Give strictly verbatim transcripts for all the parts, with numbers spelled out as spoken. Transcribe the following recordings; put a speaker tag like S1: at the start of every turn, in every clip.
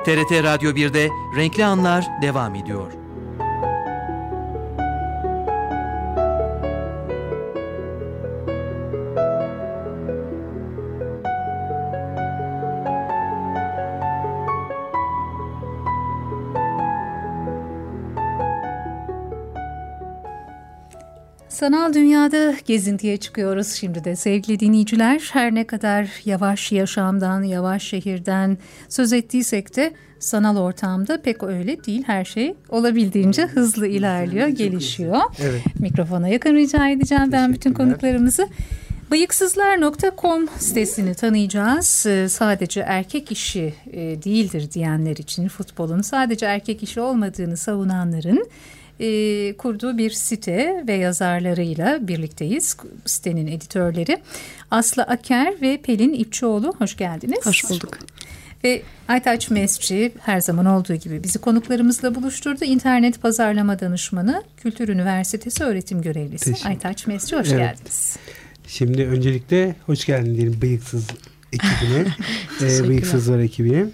S1: T R T Radyo bir'de Renkli Anlar devam ediyor.
S2: Sanal dünyada gezintiye çıkıyoruz şimdi de sevgili dinleyiciler. Her ne kadar yavaş yaşamdan, yavaş şehirden söz ettiysek de sanal ortamda pek öyle değil. Her şey olabildiğince hızlı ilerliyor, gelişiyor. Evet. Mikrofona yakın rica edeceğim ben bütün konuklarımızı. Bıyıksızlar nokta com sitesini tanıyacağız. Sadece erkek işi değildir diyenler için, futbolun sadece erkek işi olmadığını savunanların E, kurduğu bir site ve yazarlarıyla birlikteyiz. Sitenin editörleri Aslı Aker ve Pelin İpçioğlu, hoş geldiniz.
S3: Hoş bulduk.
S2: Ve Aytaç Mesci her zaman olduğu gibi bizi konuklarımızla buluşturdu. İnternet pazarlama danışmanı, Kültür Üniversitesi öğretim görevlisi Aytaç Mesci, hoş evet. geldiniz.
S4: Şimdi öncelikle hoş geldin diyelim Bıyıksız ekibine, e, Bıyıksızlar ekibine.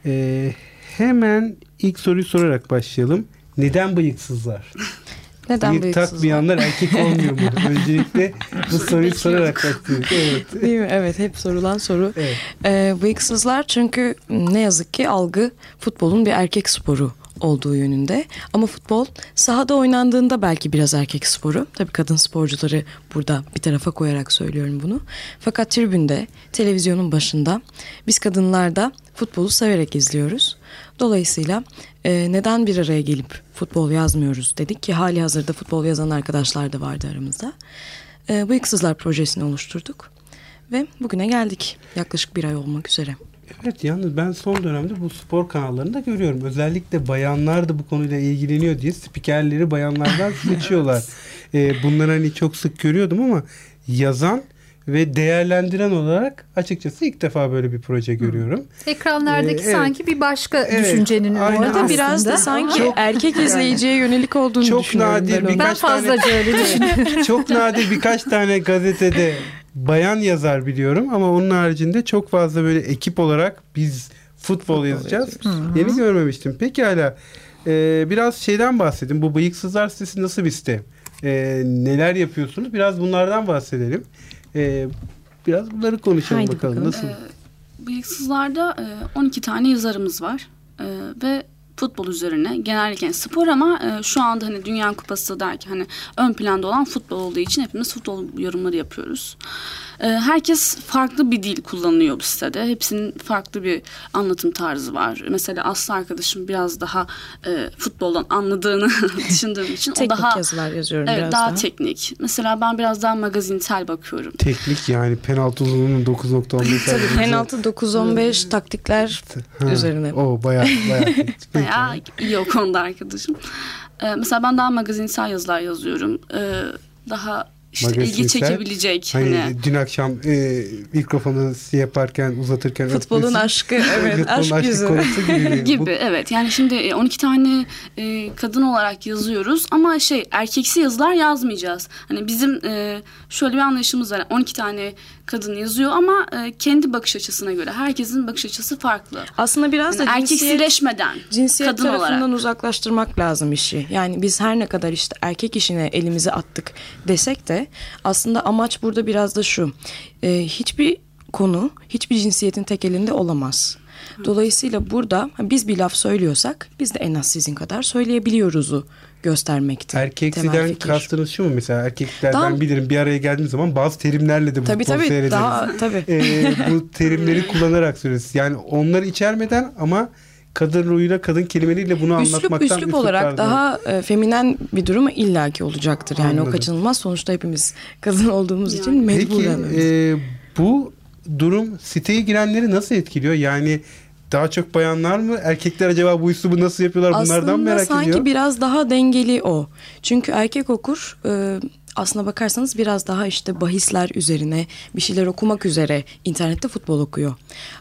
S4: E, hemen ilk soruyu sorarak başlayalım. Neden bıyıksızlar?
S3: Neden
S4: Bıyık
S3: bıyıksızlar?
S4: takmayanlar erkek olmuyor mu? Öncelikle bu soruyu sorarak başlıyoruz. Evet.
S3: Değil mi? Evet, hep sorulan soru. Evet. Ee, bıyıksızlar çünkü ne yazık ki algı futbolun bir erkek sporu olduğu yönünde. Ama futbol sahada oynandığında belki biraz erkek sporu. Tabii kadın sporcuları burada bir tarafa koyarak söylüyorum bunu. Fakat tribünde, televizyonun başında biz kadınlar da futbolu severek izliyoruz. Dolayısıyla e, neden bir araya gelip futbol yazmıyoruz dedik ki hali hazırda futbol yazan arkadaşlar da vardı aramızda. E, Bıyıksızlar projesini oluşturduk ve bugüne geldik. Yaklaşık bir ay olmak üzere.
S4: Evet, yalnız ben son dönemde bu spor kanallarında görüyorum. Özellikle bayanlar da bu konuyla ilgileniyor diye spikerleri bayanlardan seçiyorlar. e, bunları hani çok sık görüyordum ama yazan ve değerlendiren olarak açıkçası ilk defa böyle bir proje görüyorum.
S2: Ekranlardaki ee, sanki evet. bir başka evet. düşüncenin
S3: orada biraz da sanki çok, erkek izleyiciye yönelik olduğunu
S4: çok
S3: düşünüyorum.
S4: Nadir
S3: ben,
S4: birkaç
S2: ben fazlaca
S4: tane,
S2: öyle düşünüyorum.
S4: Çok nadir birkaç tane gazetede bayan yazar biliyorum ama onun haricinde çok fazla böyle ekip olarak biz futbol, futbol yazacağız. Yeni görmemiştim. Pekala, e, biraz şeyden bahsedin. Bu Bıyıksızlar sitesi nasıl bir site? E, neler yapıyorsunuz? Biraz bunlardan bahsedelim. Ee, biraz bunları konuşalım. Haydi bakalım. bakalım. Nasıl?
S5: Ee, Bıyıksızlar'da e, on iki tane yazarımız var e, ve futbol üzerine genellikle yani spor ama e, şu anda hani Dünya Kupası derken hani ön planda olan futbol olduğu için hepimiz futbol yorumları yapıyoruz. E, herkes farklı bir dil kullanıyor bu sitede. Hepsinin farklı bir anlatım tarzı var. Mesela Aslı arkadaşım biraz daha e, futboldan anladığını düşündüğüm için
S3: teknik
S5: o daha
S3: yazılar yazıyorum
S5: evet,
S3: biraz
S5: daha.
S3: daha
S5: teknik. Mesela ben biraz daha magazinsel bakıyorum.
S4: Teknik yani penaltı uzunluğunun dokuz nokta on beş.
S3: Tabii penaltı dokuz on beş taktikler ha, üzerine.
S4: O bayağı bayağı.
S5: bayağı iyi o konuda arkadaşım. Ee, mesela ben daha magazinsel yazılar yazıyorum. Ee, daha İşte magazinsel, ilgi çekebilecek.
S4: Hani, hani dün akşam e, mikrofonu yaparken uzatırken
S3: futbolun öpmesi, aşkı evet futbolun aşk yüzü
S5: gibi, gibi evet yani şimdi on iki tane e, kadın olarak yazıyoruz ama şey erkeksi yazılar yazmayacağız. Hani bizim e, şöyle bir anlayışımız var. on iki tane kadın yazıyor ama e, kendi bakış açısına göre herkesin bakış açısı farklı.
S3: Aslında biraz yani da
S5: erkeksileşmeden
S3: cinsiyet
S5: kadın
S3: tarafından
S5: olarak
S3: uzaklaştırmak lazım işi. Yani biz her ne kadar işte erkek işine elimizi attık desek de aslında amaç burada biraz da şu. E, hiçbir konu hiçbir cinsiyetin tek elinde olamaz. Dolayısıyla burada biz bir laf söylüyorsak biz de en az sizin kadar söyleyebiliyoruzu göstermektir.
S4: Erkeksiden kastınız şu mu mesela? Erkeklerden daha, bilirim bir araya geldiğimiz zaman bazı terimlerle de bu
S3: tabii, tabii,
S4: seyrederiz.
S3: Daha, tabii.
S4: Ee, bu terimleri kullanarak söyleriz. Yani onları içermeden ama kadın ruhuyla, kadın kelimeleriyle bunu
S3: üslup,
S4: anlatmaktan
S3: üslup olarak daha e, feminen bir durum illaki olacaktır. Yani anladım. O kaçınılmaz. Sonuçta hepimiz kadın olduğumuz yani. için mecburen.
S4: Peki e, bu durum siteye girenleri nasıl etkiliyor? Yani daha çok bayanlar mı? Erkekler acaba bu üslubu nasıl yapıyorlar? Bunlardan
S3: aslında
S4: merak ediyor.
S3: Aslında sanki biraz daha dengeli o. Çünkü erkek okur e, aslına bakarsanız biraz daha işte bahisler üzerine bir şeyler okumak üzere internette futbol okuyor.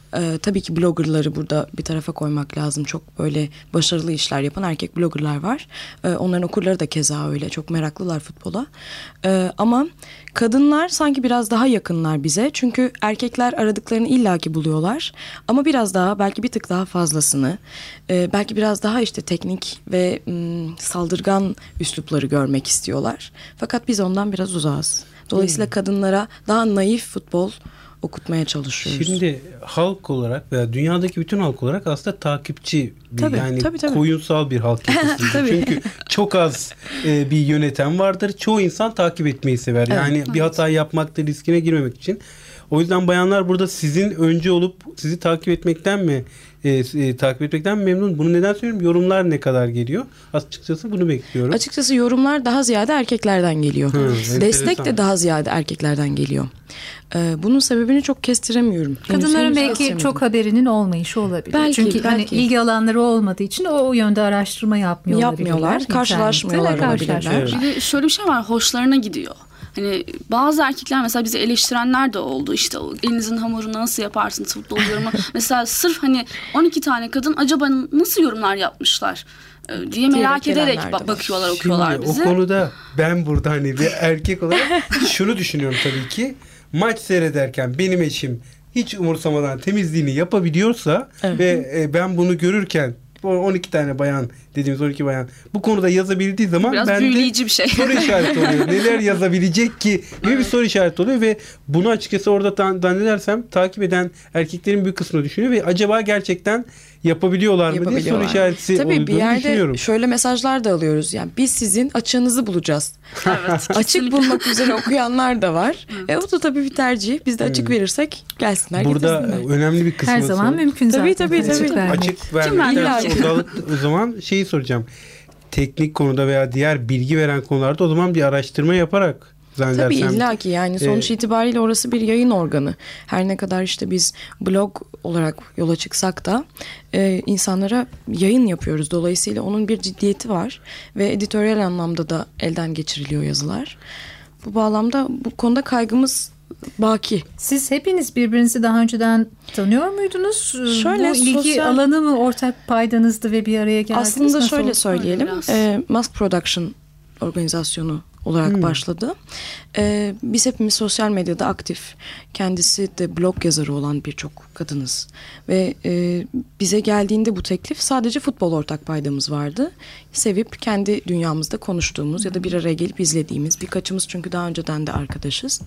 S3: Ee, tabii ki bloggerları burada bir tarafa koymak lazım. Çok böyle başarılı işler yapan erkek bloggerlar var. Ee, onların okurları da keza öyle. Çok meraklılar futbola. Ee, ama kadınlar sanki biraz daha yakınlar bize. Çünkü erkekler aradıklarını illaki buluyorlar. Ama biraz daha, belki bir tık daha fazlasını, e, belki biraz daha işte teknik ve m, saldırgan üslupları görmek istiyorlar. Fakat biz ondan biraz uzağız. Dolayısıyla hmm. kadınlara daha naif futbol okutmaya çalışıyoruz.
S4: Şimdi halk olarak veya dünyadaki bütün halk olarak aslında takipçi bir,
S3: tabii,
S4: yani
S3: tabii, tabii.
S4: koyunsal bir halk yapısı. Çünkü çok az e, bir yönetem vardır. Çoğu insan takip etmeyi sever.
S3: Evet,
S4: yani
S3: evet.
S4: bir hata yapmakta riskine girmemek için. O yüzden bayanlar burada sizin öncü olup sizi takip etmekten mi e, e, takip etmekten mi memnun? Bunu neden söylüyorum? Yorumlar ne kadar geliyor? Açıkçası bunu bekliyorum.
S3: Açıkçası yorumlar daha ziyade erkeklerden geliyor.
S4: Hı,
S3: destek de daha ziyade erkeklerden geliyor. Ee, bunun sebebini çok kestiremiyorum.
S2: Kadınların belki çok haberinin olmayışı olabilir.
S3: Belki,
S2: Çünkü
S3: belki.
S2: hani ilgi alanları olmadığı için o, o yönde araştırma yapmıyorlar.
S3: Yapmıyorlar, karşılaşmıyorlar olabilirler.
S4: Evet.
S5: Bir de şöyle bir şey var, hoşlarına gidiyor. Hani bazı erkekler mesela bizi eleştirenler de oldu. İşte o elinizin hamurunu nasıl yaparsınız futbol yorumu. Mesela sırf hani on iki tane kadın acaba nasıl yorumlar yapmışlar diye merak ederek bak- bakıyorlar, okuyorlar
S4: Şimdi
S5: bizi.
S4: o konuda ben burada hani bir erkek olarak şunu düşünüyorum tabii ki. Maç seyrederken benim eşim hiç umursamadan temizliğini yapabiliyorsa
S3: evet.
S4: ve e, ben bunu görürken on iki tane bayan dediğimiz on iki bayan bu konuda yazabildiği zaman
S5: biraz
S4: bende
S5: büyüleyici bir şey.
S4: soru işareti oluyor. Neler yazabilecek ki gibi bir soru işareti oluyor ve bunu açıkçası orada ta- zannedersem takip eden erkeklerin büyük kısmını düşünüyor ve acaba gerçekten yapabiliyorlar mı diye soru işareti
S3: Tabii
S4: olduğunu
S3: bir yerde
S4: düşünüyorum.
S3: şöyle mesajlar da alıyoruz. Yani biz sizin açığınızı bulacağız.
S5: Evet,
S3: açık bulmak üzere okuyanlar da var. E, o da tabii bir tercih. Biz de açık verirsek gelsinler,
S4: burada
S3: getirsinler.
S4: önemli bir kısmı
S2: Her zaman mümkün zaten.
S3: Tabii, tabii, tabii.
S2: vermek.
S4: Açık vermekten o, o zaman şeyi soracağım. Teknik konuda veya diğer bilgi veren konularda o zaman bir araştırma yaparak zannedersem.
S3: Tabii illaki yani sonuç
S4: e,
S3: itibariyle orası bir yayın organı. Her ne kadar işte biz blog olarak yola çıksak da e, insanlara yayın yapıyoruz. Dolayısıyla onun bir ciddiyeti var ve editoryal anlamda da elden geçiriliyor yazılar. Bu bağlamda bu konuda kaygımız baki.
S2: Siz hepiniz birbirinizi daha önceden tanıyor muydunuz?
S3: Şöyle,
S2: bu ilgi
S3: sosyal...
S2: alanı mı ortak paydanızdı ve bir araya geldiniz?
S3: Aslında
S2: Nasıl
S3: şöyle
S2: oldu?
S3: söyleyelim. E, Mask Production organizasyonu olarak hmm. başladı. Ee, biz hepimiz sosyal medyada aktif. Kendisi de blog yazarı olan birçok kadınız. Ve e, bize geldiğinde bu teklif sadece futbol ortak paydamız vardı. Sevip kendi dünyamızda konuştuğumuz ya da bir araya gelip izlediğimiz, birkaçımız çünkü daha önceden de arkadaşız.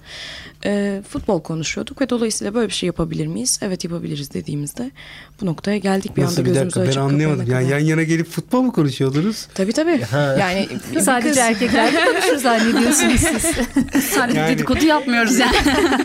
S3: E, futbol konuşuyorduk ve dolayısıyla böyle bir şey yapabilir miyiz? Evet yapabiliriz dediğimizde bu noktaya geldik. Bir
S4: Nasıl
S3: anda
S4: bir
S3: gözümüzü
S4: dakika
S3: açıp
S4: ben anlayamadım.
S3: kapayana
S4: Yani
S3: kadar.
S4: yan yana gelip futbol mu konuşuyordunuz?
S3: Tabii tabii.
S4: Ha.
S3: Yani
S2: Sadece
S3: kız...
S2: erkekler konuşur zannediyorsunuz siz.
S5: Sadece
S4: Yani-
S5: dedikodu yapmıyoruz yani.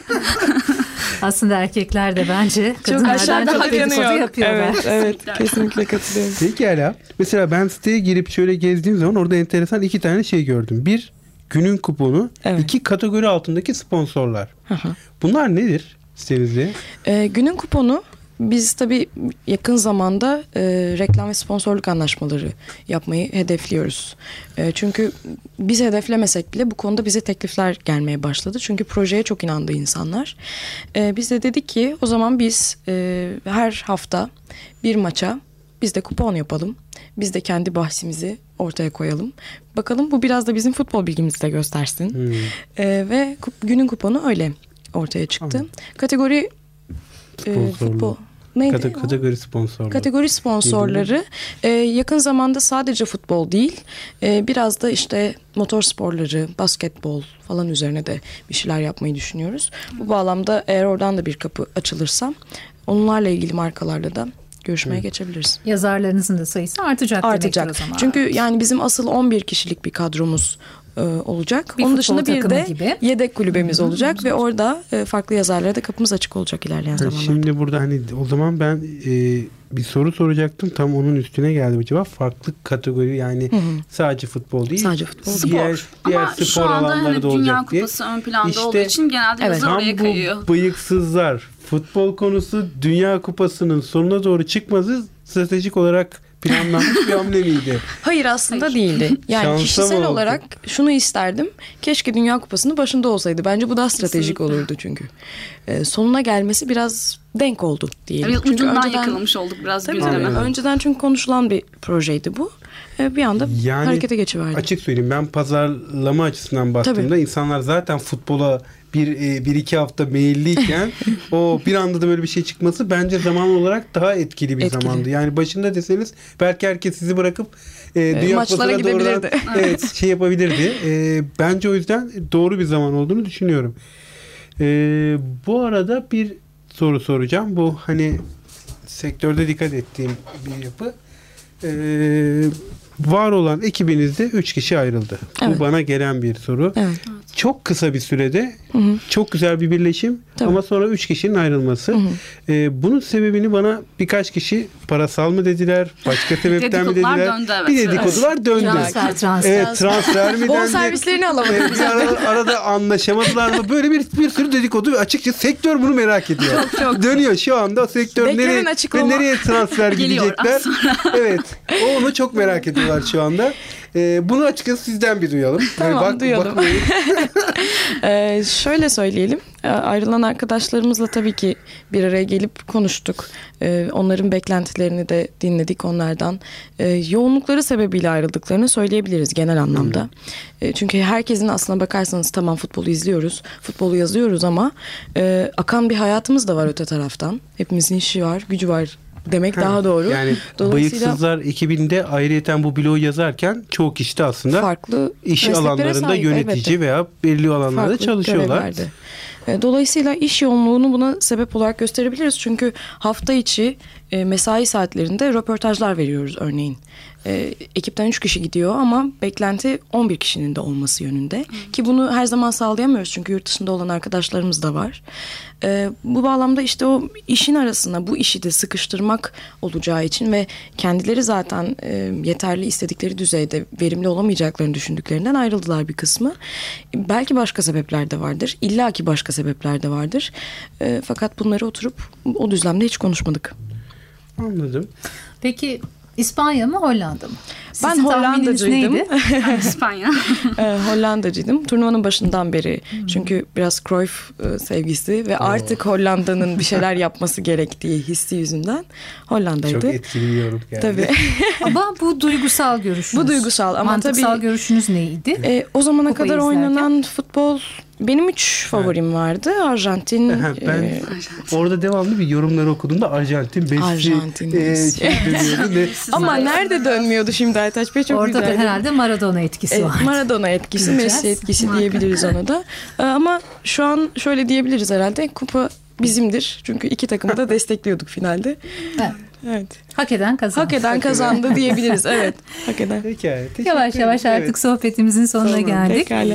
S2: Aslında erkekler de bence
S3: Çok
S2: kadınlardan
S3: aşağıda
S2: çok dedikodu
S3: harcanıyor.
S2: yapıyorlar.
S3: Evet, evet. Kesinlikle katılıyorum.
S4: Pekala. Mesela ben siteye girip şöyle gezdiğim zaman orada enteresan iki tane şey gördüm. Bir, günün kuponu.
S3: Evet.
S4: İki, kategori altındaki sponsorlar.
S3: Hı hı.
S4: Bunlar nedir sitenizde?
S3: Ee, günün kuponu biz tabii yakın zamanda e, reklam ve sponsorluk anlaşmaları yapmayı hedefliyoruz. E, çünkü biz hedeflemesek bile bu konuda bize teklifler gelmeye başladı. Çünkü projeye çok inandı insanlar. E, biz de dedik ki o zaman biz e, her hafta bir maça biz de kupon yapalım. Biz de kendi bahsimizi ortaya koyalım. Bakalım bu biraz da bizim futbol bilgimizi de göstersin.
S4: Hmm.
S3: E, ve kup- günün kuponu öyle ortaya çıktı.
S4: Tamam.
S3: Kategori e,
S4: Sponsorluğu.
S3: futbol. Neydi
S4: Kate-
S3: o?
S4: kategori sponsorları.
S3: Kategori sponsorları e, yakın zamanda sadece futbol değil, e, biraz da işte motor sporları, basketbol falan üzerine de bir şeyler yapmayı düşünüyoruz. Bu bağlamda eğer oradan da bir kapı açılırsa onlarla ilgili markalarla da görüşmeye
S4: Evet.
S3: geçebiliriz.
S2: Yazarlarınızın da sayısı artacak,
S3: Artacak.
S2: demektir o zaman.
S3: Çünkü yani bizim asıl on bir kişilik bir kadromuz e, olacak.
S2: Bir
S3: Onun
S2: futbol
S3: dışında bir
S2: takımı
S3: de
S2: gibi.
S3: yedek kulübemiz olacak ve orada e, farklı yazarlara da kapımız açık olacak ilerleyen
S4: Ha,
S3: zamanlarda.
S4: Şimdi burada hani o zaman ben e, bir soru soracaktım. Tam onun üstüne geldi bu cevap. Farklı kategori yani
S3: Hı hı.
S4: sadece futbol değil.
S3: Sadece futbol değil.
S4: Diğer,
S5: Spor.
S4: diğer
S5: Ama
S4: spor
S5: şu anda
S4: alanları
S5: hani
S4: da
S5: Dünya
S4: olacak diye.
S5: Kupası ön planda
S4: İşte
S5: olduğu için genelde
S3: evet.
S5: yazar
S4: Tam
S5: oraya kayıyor.
S4: bu bıyıksızlar futbol konusu Dünya Kupası'nın sonuna doğru çıkması stratejik olarak planlanmış bir hamle miydi?
S3: Hayır aslında
S5: Hayır.
S3: değildi. Yani
S4: Şansa mı
S3: kişisel
S4: oldu?
S3: olarak şunu isterdim. Keşke Dünya Kupası'nın başında olsaydı. Bence bu daha stratejik
S5: Kesinlikle.
S3: olurdu çünkü. Ee, sonuna gelmesi biraz denk oldu diyelim.
S5: Biz
S3: Çünkü
S5: ucundan
S3: önceden-
S5: yakalamış olduk biraz
S3: Tabii
S5: gündeme.
S3: tabii. Önceden çünkü konuşulan bir projeydi bu. Ee, bir anda
S4: Yani
S3: harekete geçiverdi.
S4: Açık söyleyeyim, ben pazarlama açısından baktığımda
S3: Tabii.
S4: insanlar zaten futbola bir, e, bir iki hafta meyilliyken o bir anda da böyle bir şey çıkması bence zaman olarak daha etkili bir
S3: Etkili.
S4: zamandı. Yani başında deseniz belki herkes sizi bırakıp e, Dünya
S3: maçlara
S4: Kupası'na doğrudan
S3: gidebilirdi.
S4: evet, şey yapabilirdi. E, bence o yüzden doğru bir zaman olduğunu düşünüyorum. E, bu arada bir soru soracağım. Bu hani sektörde dikkat ettiğim bir yapı. E, var olan ekibinizde üç kişi ayrıldı.
S3: Evet.
S4: Bu bana gelen bir soru.
S3: Evet.
S4: Çok kısa bir sürede
S3: Hı hı.
S4: çok güzel bir birleşim
S3: Tabii.
S4: ama sonra üç kişinin ayrılması.
S3: Hı hı.
S4: Ee, bunun sebebini bana birkaç kişi parasal mı dediler, başka sebepten mi
S5: Dedikodular
S4: dediler?
S5: döndü, evet.
S4: Bir dedikodular döndü.
S2: Transfer, transfer.
S4: Evet, transfer mi
S3: Bon
S4: dendi?
S3: servislerini
S4: Ee,
S3: alamadık.
S4: bir arada, arada anlaşamadılar mı? Böyle bir bir sürü dedikodu ve açıkçası sektör bunu merak ediyor. Dönüyor şu anda sektör
S3: Beklerin
S4: nereye,
S3: açıklama.
S4: ve nereye transfer
S5: Geliyor
S4: gidecekler?
S5: az sonra.
S4: Evet. O onu çok merak ediyorlar şu anda. Ee, bunu açıkçası sizden bir duyalım.
S3: Tamam,
S4: bak-
S3: duyalım.
S4: bakmayın.
S3: Ee, şöyle söyleyelim. Ee, Ayrılan arkadaşlarımızla tabii ki bir araya gelip konuştuk. Ee, onların beklentilerini de dinledik onlardan. Ee, yoğunlukları sebebiyle ayrıldıklarını söyleyebiliriz genel anlamda. Ee, çünkü herkesin aslına bakarsanız tamam futbolu izliyoruz, futbolu yazıyoruz ama e, akan bir hayatımız da var öte taraftan. Hepimizin işi var, gücü var demek daha doğru.
S4: Yani
S3: Dolayısıyla
S4: Bıyıksızlar ekibinde ayrıyeten bu bloğu yazarken çoğu kişi de aslında
S3: farklı
S4: iş
S3: mesleklere
S4: alanlarında
S3: sahip,
S4: yönetici
S3: elbette.
S4: veya belli alanlarda
S3: Farklı
S4: çalışıyorlar.
S3: görevlerde. E, Dolayısıyla iş yoğunluğunu buna sebep olarak gösterebiliriz. Çünkü hafta içi e, mesai saatlerinde röportajlar veriyoruz örneğin. E, ekipten üç kişi gidiyor ama beklenti on bir kişinin de olması yönünde. Hmm. Ki bunu her zaman sağlayamıyoruz çünkü yurt dışında olan arkadaşlarımız da var. E, bu bağlamda işte o işin arasına bu işi de sıkıştırmak olacağı için ve kendileri zaten e, yeterli istedikleri düzeyde verimli olamayacaklarını düşündüklerinden ayrıldılar bir kısmı. E, belki başka sebepler de vardır. İlla ki başka sebepler de vardır. E, fakat bunları oturup o düzlemde hiç konuşmadık.
S4: Anladım.
S2: Peki İspanya mı Hollanda mı?
S3: Ben
S2: Sizin tahmininiz
S3: Hollandacıydım.
S2: neydi?
S5: İspanya.
S3: e, Hollandacıydım. Turnuvanın başından beri. Çünkü biraz Cruyff e, sevgisi ve artık Hollanda'nın bir şeyler yapması gerektiği hissi yüzünden Hollanda'ydı.
S4: Çok etkili bir yorum geldi.
S3: Tabii.
S2: Ama bu duygusal görüşünüz.
S3: Bu duygusal ama
S2: Mantıksal
S3: tabii-
S2: görüşünüz neydi?
S3: E, o zamana
S2: Kupayı
S3: kadar
S2: izlerken.
S3: oynanan futbol benim üç favorim vardı. Arjantin.
S4: Aha, ben
S3: e,
S4: orada devamlı bir yorumları okuduğumda Arjantin, Messi,
S3: Arjantin,
S4: e,
S3: Messi.
S4: şey dönüyordu. Ne,
S3: ama nerede dönmüyordu şimdi Aytaç Bey? Çok
S2: Orada da
S3: güzeldi.
S2: herhalde Maradona etkisi
S3: E,
S2: var.
S3: Maradona etkisi,
S2: Diyeceğiz.
S3: Messi etkisi
S2: Muhakkak.
S3: diyebiliriz ona da. E, ama şu an şöyle diyebiliriz herhalde. Kupa bizimdir. Çünkü iki takımı da destekliyorduk finalde.
S2: Evet.
S3: Evet.
S2: Hak eden kazandı.
S3: Hak eden kazandı diyebiliriz. Evet. Hak eden.
S4: Pekala. Teşekkür
S2: Yavaş yavaş
S4: ederim.
S2: artık sohbetimizin sonuna
S4: Tamam,
S2: geldik.
S3: Pekala.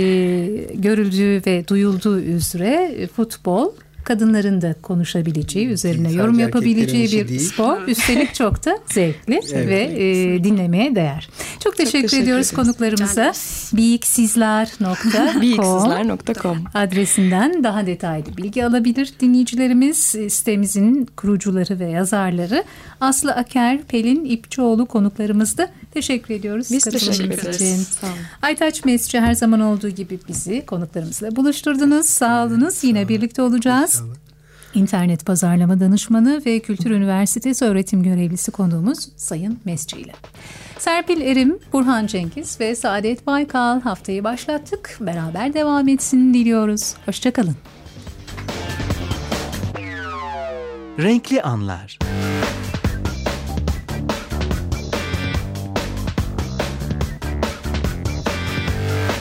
S2: Ee, görüldüğü ve duyulduğu üzere e, futbol kadınların da konuşabileceği, üzerine
S4: Sadece
S2: yorum
S4: erkeklerin
S2: yapabileceği
S4: işi
S2: bir
S4: değil.
S2: spor. Üstelik çok da zevkli
S4: Evet.
S2: ve e, dinlemeye değer. Çok teşekkür,
S3: teşekkür
S2: ediyoruz
S3: ederiz.
S2: konuklarımıza. biyiksizler nokta com
S3: biyiksizler nokta com
S2: adresinden daha detaylı bilgi alabilir dinleyicilerimiz. Sitemizin kurucuları ve yazarları Aslı Aker, Pelin İpçioğlu konuklarımızdı. Teşekkür ediyoruz.
S3: Biz
S2: katılımınız
S3: teşekkür ederiz.
S2: için.
S3: Sağ olun.
S2: Aytaç Mesci her zaman olduğu gibi bizi konuklarımızla buluşturdunuz. Sağ olunuz. Yine birlikte olacağız. İnternet pazarlama danışmanı ve Kültür Üniversitesi öğretim görevlisi konuğumuz Sayın Mesci ile. Serpil Erim, Burhan Cengiz ve Saadet Baykal haftayı başlattık. Beraber devam etsin diliyoruz. Hoşçakalın.
S1: Renkli Anlar.